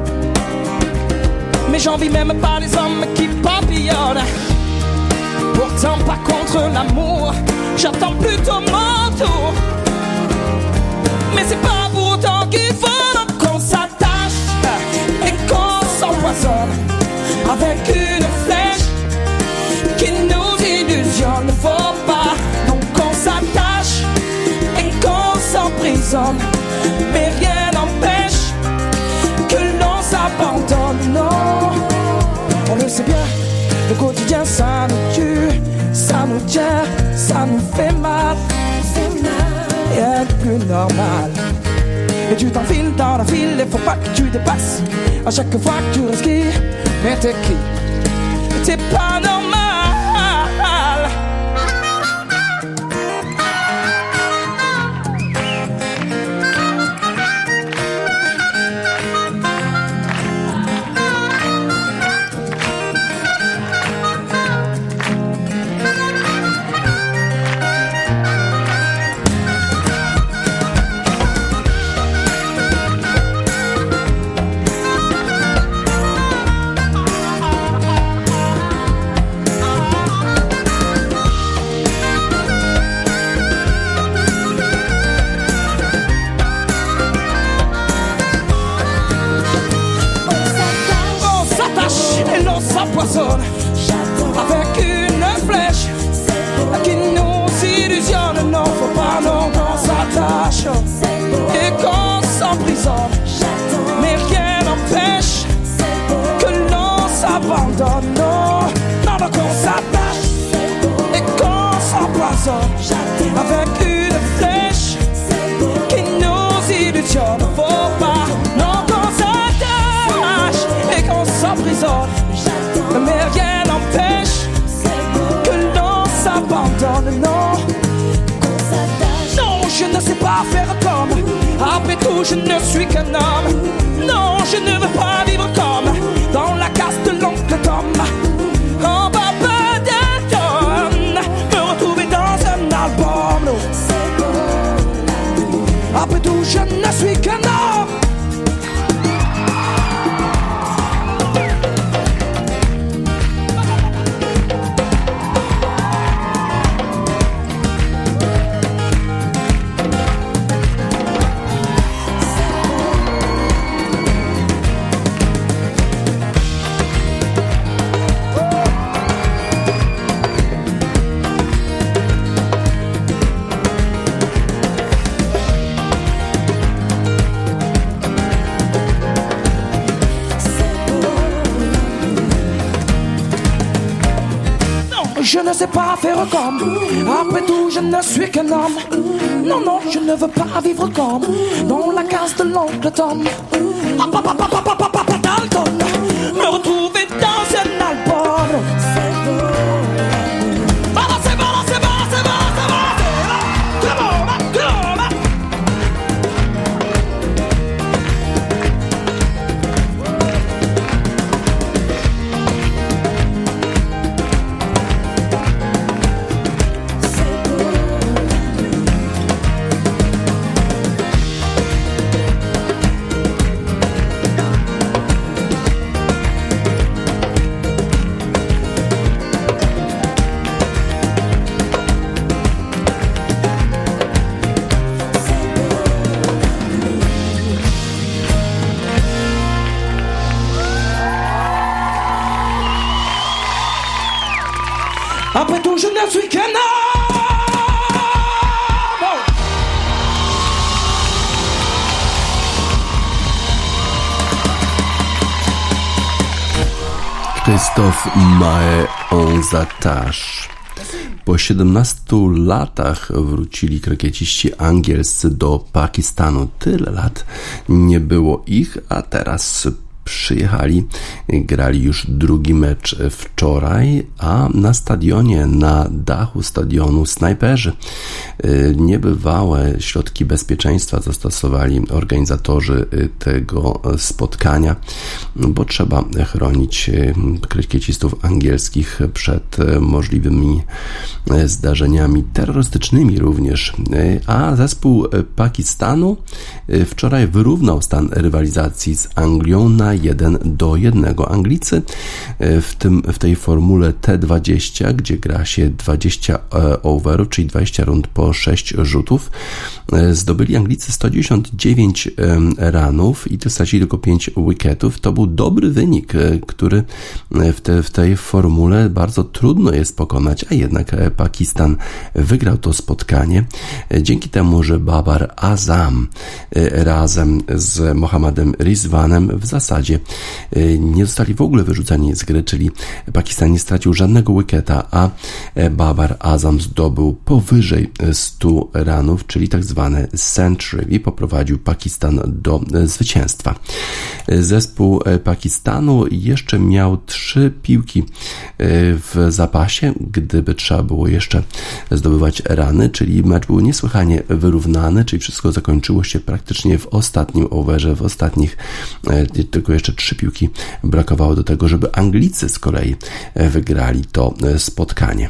Mais j'envie même pas les hommes qui papillonnent. Pourtant pas contre l'amour, j'attends plutôt mon tour. Mais c'est pas pour autant qu'il faut qu'on s'attache et qu'on s'empoisonne avec une flèche qui nous illusionne. Faut pas donc qu'on s'attache et qu'on s'emprisonne, mais rien n'empêche que l'on s'abandonne. Non, on le sait bien, le quotidien ça nous tue, ça nous tient, ça nous fait mal. Rien de plus normal. Et tu t'enfiles dans la file, et faut pas que tu dépasses à chaque fois que tu respires. Mais t'es qui? T'es pas normal. Avec une flèche qui nous illusionne. Non, faut pas non qu'on s'attache et qu'on s'emprisonne, mais rien n'empêche que l'on s'abandonne. Non, non, non, qu'on s'attache et qu'on s'empoisonne avec une flèche qui nous illusionne. Faut pas non qu'on s'attache et qu'on s'emprisonne, mais rien n'empêche que l'on s'abandonne. Non, non, je ne sais pas faire comme. Après tout, je ne suis qu'un homme. Non, je ne veux pas vivre comme dans la caste de l'oncle Tom. En bas d'un tonne, me retrouver dans un album. Après tout, je ne suis qu'un homme. Je ne sais pas faire comme. Après tout, je ne suis qu'un homme. Non, non, je ne veux pas vivre comme dans la case de l'oncle Tom. Ah, papa, papa, papa, papa, Dalton. Me retrouver dans un album. Balancez, balancez, balancez, balancez, balancez. Tout le monde, tout le monde. Après tout, je ne suis qu'un homme. Christophe Maé on s'attache. Po siedemnastu latach wrócili krykieciści angielscy do Pakistanu. Tyle lat nie było ich, a teraz przyjechali, grali już drugi mecz wczoraj, a na stadionie, na dachu stadionu snajperzy. Niebywałe środki bezpieczeństwa zastosowali organizatorzy tego spotkania, bo trzeba chronić krykiecistów angielskich przed możliwymi zdarzeniami terrorystycznymi również. A zespół Pakistanu wczoraj wyrównał stan rywalizacji z Anglią na jeden do jednego. Anglicy w, tym, w tej formule T dwadzieścia, gdzie gra się dwadzieścia overów, czyli dwadzieścia rund po sześć rzutów, zdobyli Anglicy sto dziewięćdziesiąt dziewięć runów i to stracili tylko pięć wicketów. To był dobry wynik, który w, te, w tej formule bardzo trudno jest pokonać, a jednak Pakistan wygrał to spotkanie dzięki temu, że Babar Azam razem z Mohammedem Rizwanem w zasadzie nie zostali w ogóle wyrzuceni z gry, czyli Pakistan nie stracił żadnego wicketa, a Babar Azam zdobył powyżej stu runów, czyli tak zwane century i poprowadził Pakistan do zwycięstwa. Zespół Pakistanu jeszcze miał trzy piłki w zapasie, gdyby trzeba było jeszcze zdobywać rany, czyli mecz był niesłychanie wyrównany, czyli wszystko zakończyło się praktycznie w ostatnim overze, w ostatnich tylko jeszcze trzy piłki brakowało do tego, żeby Anglicy z kolei wygrali to spotkanie.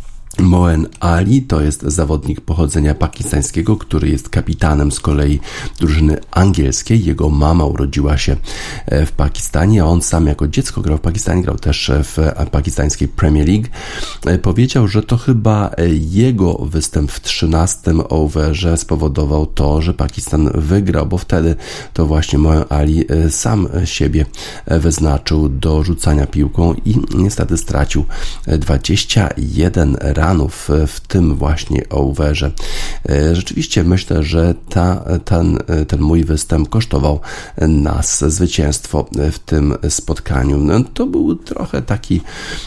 Moeen Ali to jest zawodnik pochodzenia pakistańskiego, który jest kapitanem z kolei drużyny angielskiej. Jego mama urodziła się w Pakistanie, a on sam jako dziecko grał w Pakistanie, grał też w pakistańskiej Premier League. Powiedział, że to chyba jego występ w trzynastym overze spowodował to, że Pakistan wygrał, bo wtedy to właśnie Moeen Ali sam siebie wyznaczył do rzucania piłką i niestety stracił dwadzieścia jeden ran w tym właśnie overze. Rzeczywiście myślę, że ta, ten, ten mój występ kosztował nas zwycięstwo w tym spotkaniu. No, to był trochę taki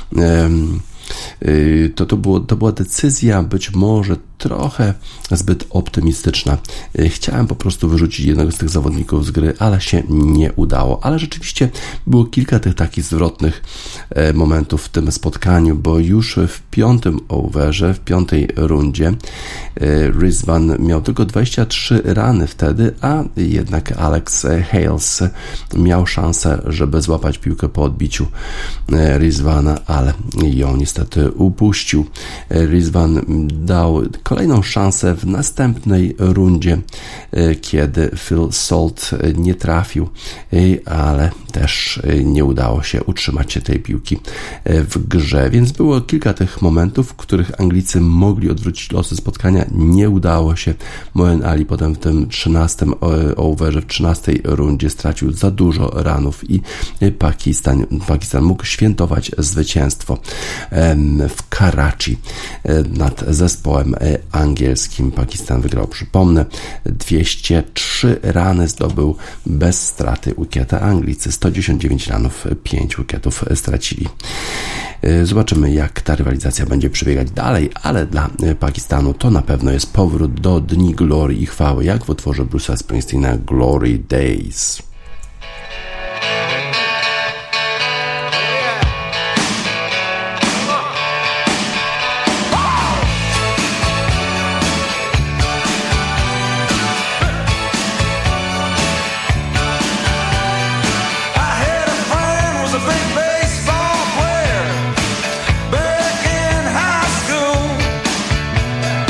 to, to, było, to była decyzja być może trochę zbyt optymistyczna. Chciałem po prostu wyrzucić jednego z tych zawodników z gry, ale się nie udało. Ale rzeczywiście było kilka tych takich zwrotnych momentów w tym spotkaniu, bo już w piątym overze, w piątej rundzie Rizwan miał tylko dwadzieścia trzy rany wtedy, a jednak Alex Hales miał szansę, żeby złapać piłkę po odbiciu Rizwana, ale ją niestety upuścił. Rizwan dał kolejną szansę w następnej rundzie, kiedy Phil Salt nie trafił, ale też nie udało się utrzymać się tej piłki w grze, więc było kilka tych momentów, w których Anglicy mogli odwrócić losy spotkania. Nie udało się. Moeen Ali potem w tym trzynastym overze, w trzynastej rundzie stracił za dużo ranów i Pakistan, Pakistan mógł świętować zwycięstwo w Karachi nad zespołem angielskim. Pakistan wygrał, przypomnę, dwieście trzy rany zdobył bez straty wicketa. Anglicy sto dziewięćdziesiąt dziewięć ranów, pięć wicketów stracili. Zobaczymy, jak ta rywalizacja będzie przebiegać dalej, ale dla Pakistanu to na pewno jest powrót do dni glorii i chwały, jak w utworze Bruce'a Springsteena Glory Days.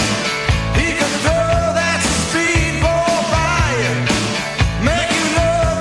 He could throw that speedball by you, make you love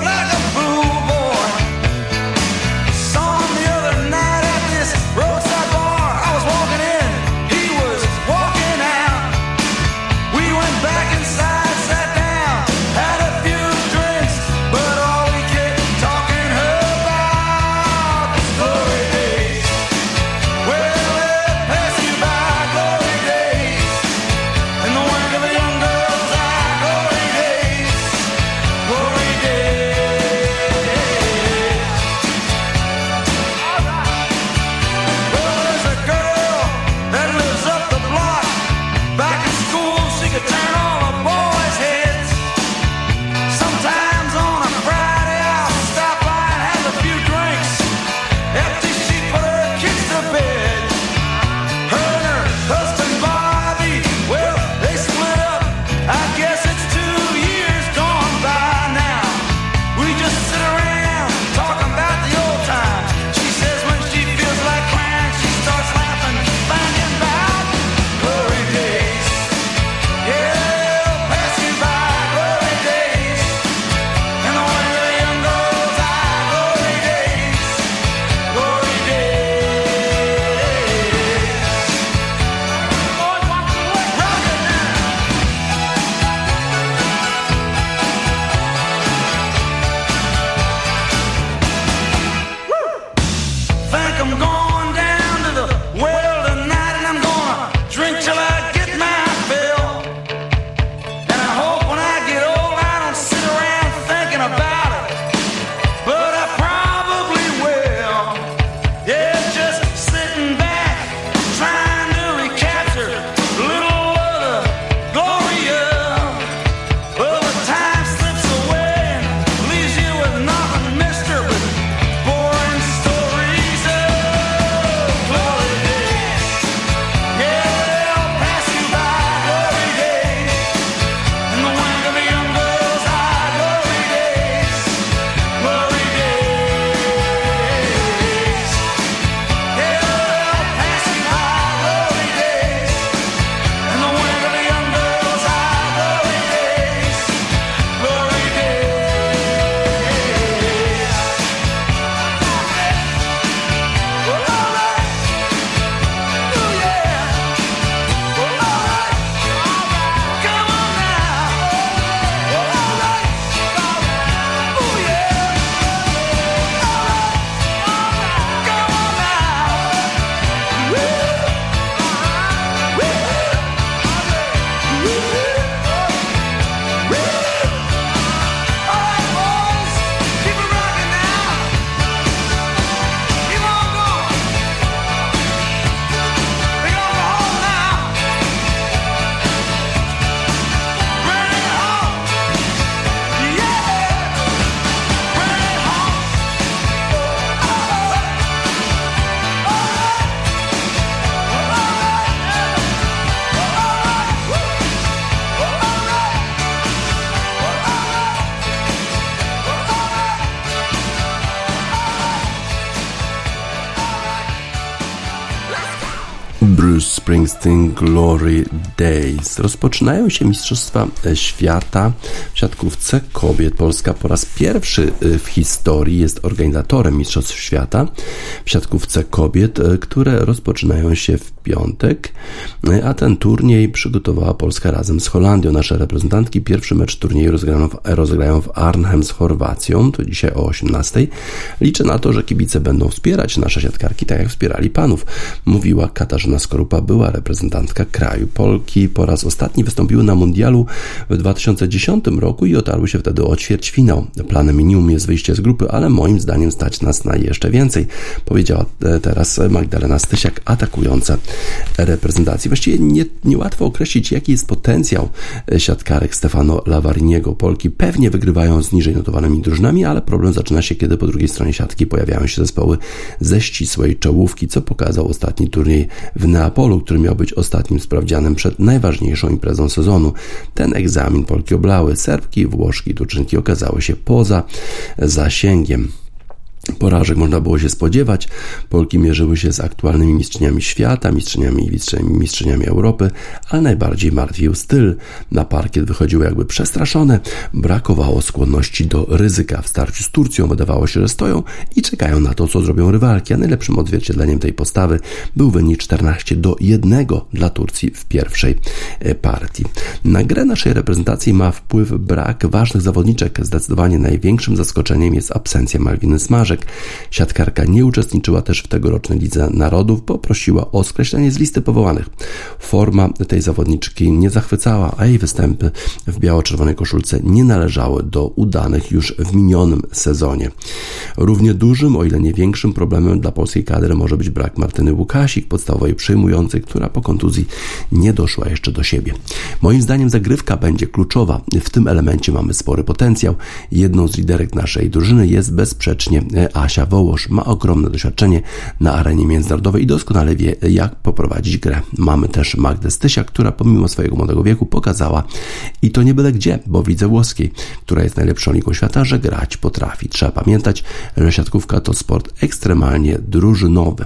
Springsteen Glory Days. Rozpoczynają się Mistrzostwa Świata w siatkówce kobiet. Polska po raz pierwszy w historii jest organizatorem Mistrzostw Świata w siatkówce kobiet, które rozpoczynają się w piątek, a ten turniej przygotowała Polska razem z Holandią. Nasze reprezentantki pierwszy mecz turnieju rozgrają w, rozgrają w Arnhem z Chorwacją, to dzisiaj o osiemnastej. Liczę na to, że kibice będą wspierać nasze siatkarki, tak jak wspierali panów, mówiła Katarzyna Skorupa, była reprezentantka kraju. Polki po raz ostatni wystąpiły na mundialu w dwa tysiące dziesiątym roku i dotarły się wtedy o ćwierćfinał. Planem minimum jest wyjście z grupy, ale moim zdaniem stać nas na jeszcze więcej, powiedziała teraz Magdalena Stysiak, atakująca reprezentacji. Właściwie nie, niełatwo określić, jaki jest potencjał siatkarek Stefano Lavariniego. Polki pewnie wygrywają z niżej notowanymi drużynami, ale problem zaczyna się, kiedy po drugiej stronie siatki pojawiają się zespoły ze ścisłej czołówki, co pokazał ostatni turniej w Neapolu, który miał być ostatnim sprawdzianem przed najważniejszą imprezą sezonu. Ten egzamin Polki oblały. Serbki, Włoszki i Turczynki okazały się poza zasięgiem. Porażek można było się spodziewać. Polki mierzyły się z aktualnymi mistrzyniami świata, mistrzyniami i mistrzyniami Europy, ale najbardziej martwił styl. Na parkiet wychodziły jakby przestraszone, brakowało skłonności do ryzyka. W starciu z Turcją wydawało się, że stoją i czekają na to, co zrobią rywalki, a najlepszym odzwierciedleniem tej postawy był wynik czternaście do jednego dla Turcji w pierwszej partii. Na grę naszej reprezentacji ma wpływ brak ważnych zawodniczek. Zdecydowanie największym zaskoczeniem jest absencja Malwiny Smarzek. Siatkarka nie uczestniczyła też w tegorocznej Lidze Narodów, poprosiła o skreślenie z listy powołanych. Forma tej zawodniczki nie zachwycała, a jej występy w biało-czerwonej koszulce nie należały do udanych już w minionym sezonie. Równie dużym, o ile nie większym problemem dla polskiej kadry może być brak Martyny Łukasik, podstawowej przyjmującej, która po kontuzji nie doszła jeszcze do siebie. Moim zdaniem zagrywka będzie kluczowa. W tym elemencie mamy spory potencjał. Jedną z liderek naszej drużyny jest bezsprzecznie Asia Wołosz. Ma ogromne doświadczenie na arenie międzynarodowej i doskonale wie, jak poprowadzić grę. Mamy też Magdę Stysiak, która pomimo swojego młodego wieku pokazała, i to nie byle gdzie, bo w lidze włoskiej, która jest najlepszą ligą świata, że grać potrafi. Trzeba pamiętać, że siatkówka to sport ekstremalnie drużynowy.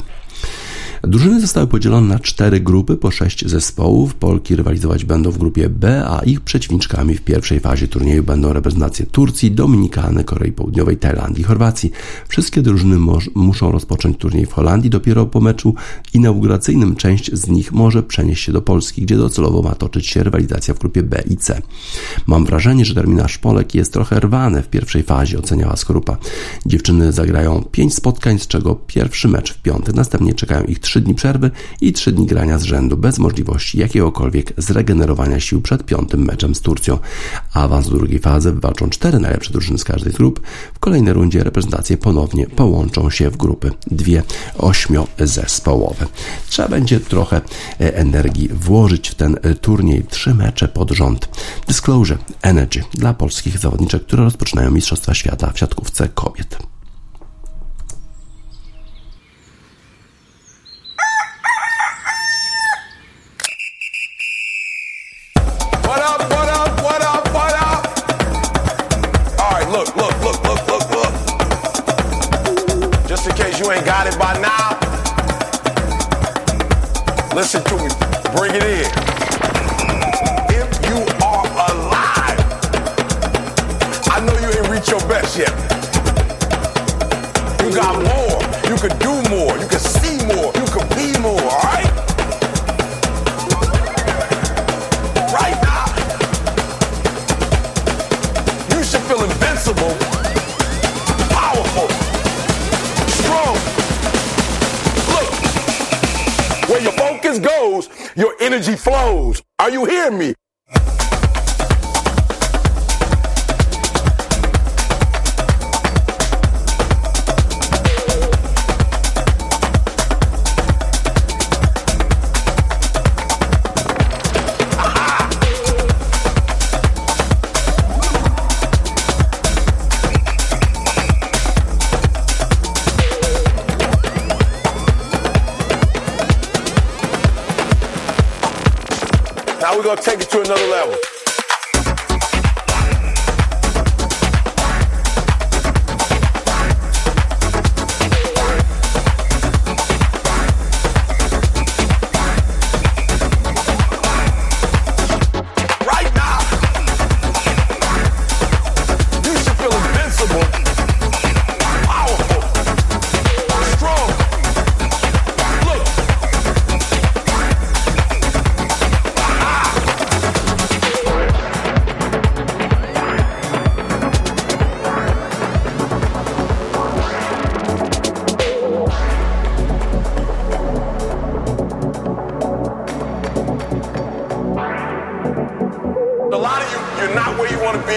Drużyny zostały podzielone na cztery grupy po sześć zespołów. Polki rywalizować będą w grupie B, a ich przeciwniczkami w pierwszej fazie turnieju będą reprezentacje Turcji, Dominikany, Korei Południowej, Tajlandii i Chorwacji. Wszystkie drużyny moż, muszą rozpocząć turniej w Holandii. Dopiero po meczu inauguracyjnym część z nich może przenieść się do Polski, gdzie docelowo ma toczyć się rywalizacja w grupie B i C. Mam wrażenie, że terminarz Polek jest trochę rwany w pierwszej fazie, oceniała Skorupa. Dziewczyny zagrają pięć spotkań, z czego pierwszy mecz w piątek. Następnie czekają ich trzy dni przerwy i trzy dni grania z rzędu bez możliwości jakiegokolwiek zregenerowania sił przed piątym meczem z Turcją. Awans do drugiej fazy wywalczą cztery najlepsze drużyny z każdej z grup. W kolejnej rundzie reprezentacje ponownie połączą się w grupy dwie ośmiozespołowe. Trzeba będzie trochę energii włożyć w ten turniej. Trzy mecze pod rząd. Disclosure Energy dla polskich zawodniczek, które rozpoczynają Mistrzostwa Świata w siatkówce kobiet. Got it by now? Listen to me. Bring it in. If you are alive, I know you ain't reached your best yet. You got more. You could do more. You could see more. You could be more, all right? Right now, you should feel invincible, powerful, strong. Where your focus goes, your energy flows. Are you hearing me? Now we're going to take it to another level. be.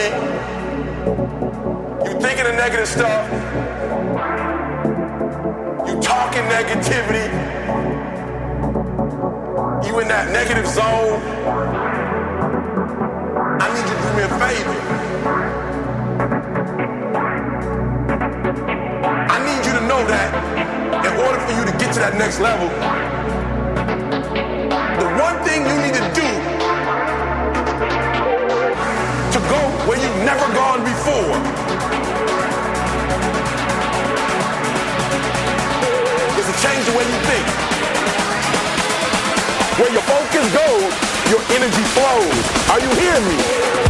You thinking of negative stuff. You talking negativity. You in that negative zone. I need you to do me a favor. I need you to know that in order for you to get to that next level, the one thing you need to do to go where you've never gone before is to change the way you think. Where your focus goes, your energy flows. Are you hearing me?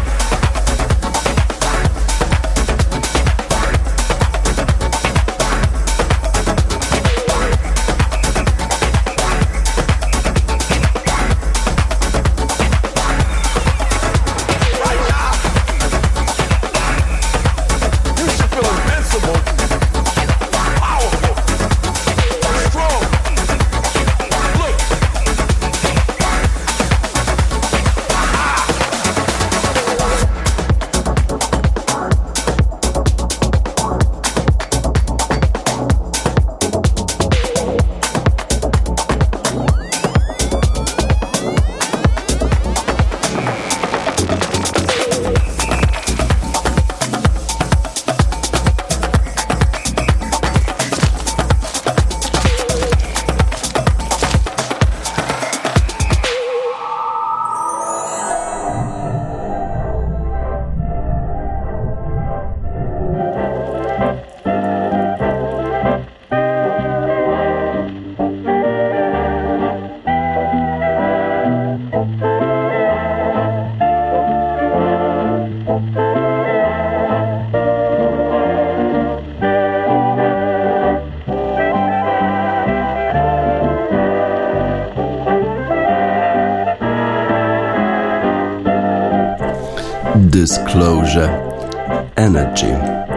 Disclosure Energy.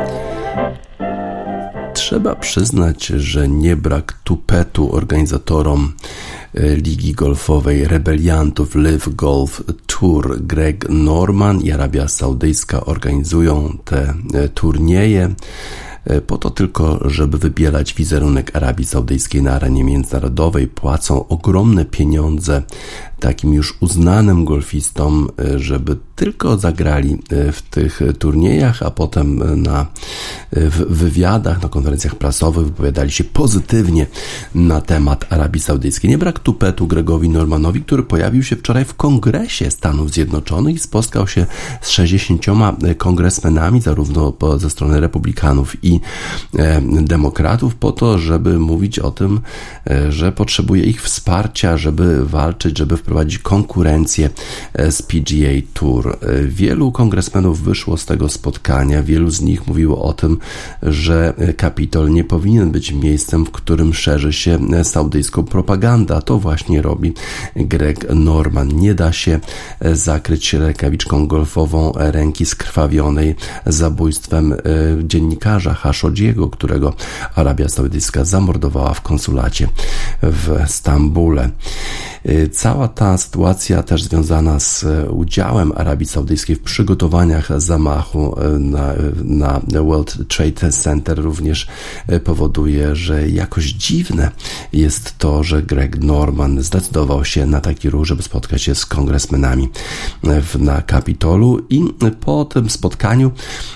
Trzeba przyznać, że nie brak tupetu organizatorom ligi golfowej rebeliantów Live Golf Tour. Greg Norman i Arabia Saudyjska organizują te turnieje po to tylko, żeby wybielać wizerunek Arabii Saudyjskiej na arenie międzynarodowej. Płacą ogromne pieniądze takim już uznanym golfistom, żeby tylko zagrali w tych turniejach, a potem na w wywiadach, na konferencjach prasowych wypowiadali się pozytywnie na temat Arabii Saudyjskiej. Nie brak tupetu Gregowi Normanowi, który pojawił się wczoraj w Kongresie Stanów Zjednoczonych i spotkał się z sześćdziesięcioma kongresmenami, zarówno ze strony republikanów i demokratów, po to, żeby mówić o tym, że potrzebuje ich wsparcia, żeby walczyć, żeby wprowadzić konkurencję z P G A Tour. Wielu kongresmenów wyszło z tego spotkania, wielu z nich mówiło o tym, że Kapitol nie powinien być miejscem, w którym szerzy się saudyjską propagandę. To właśnie robi Greg Norman. Nie da się zakryć rękawiczką golfową ręki skrwawionej zabójstwem dziennikarza Khashoggiego, którego Arabia Saudyjska zamordowała w konsulacie w Stambule. Cała ta sytuacja też związana z udziałem Arabii Saudyjskiej w przygotowaniach zamachu na, na World Trade Center również powoduje, że jakoś dziwne jest to, że Greg Norman zdecydował się na taki ruch, żeby spotkać się z kongresmenami na Kapitolu i po tym spotkaniu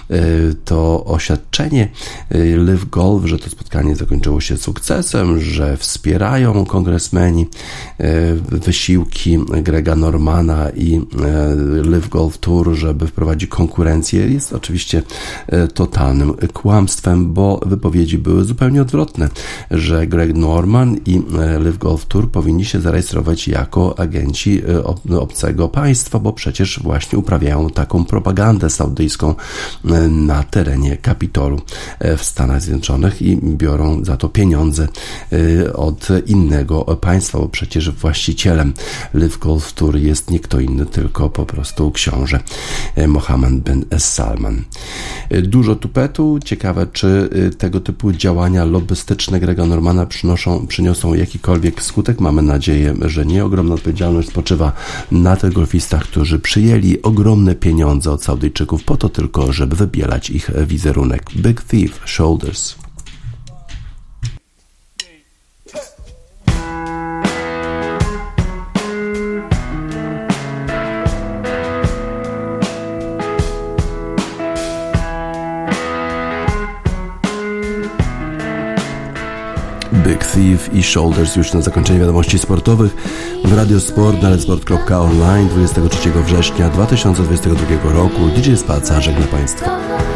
to oświadczenie Live Golf, że to spotkanie zakończyło się sukcesem, że wspierają kongresmeni wysiłki Grega Normana i Live Golf Tour, żeby wprowadzić konkurencję, jest oczywiście totalnym kłamstwem, bo wypowiedzi były zupełnie odwrotne, że Greg Norman i Live Golf Tour powinni się zarejestrować jako agenci obcego państwa, bo przecież właśnie uprawiają taką propagandę saudyjską na terenie Kapitolu w Stanach Zjednoczonych i biorą za to pieniądze od innego państwa, bo przecież właścicielem Live Golf Tour jest nie kto inny, tylko po prostu książę Mohammed bin Salman. Dużo tupetu. Ciekawe, czy tego typu działania lobbystyczne Grega Normana przynoszą, przyniosą jakikolwiek skutek. Mamy nadzieję, że nie. Ogromna odpowiedzialność spoczywa na tych golfistach, którzy przyjęli ogromne pieniądze od Saudyjczyków po to tylko, żeby wybielać ich wizerunek. Big Thief, Shoulders. Big Thief i Shoulders już na zakończenie wiadomości sportowych w Radio Sport na radiosport kropka online dwudziestego trzeciego września dwa tysiące dwudziestego drugiego roku. D J Spaca żegna Państwa.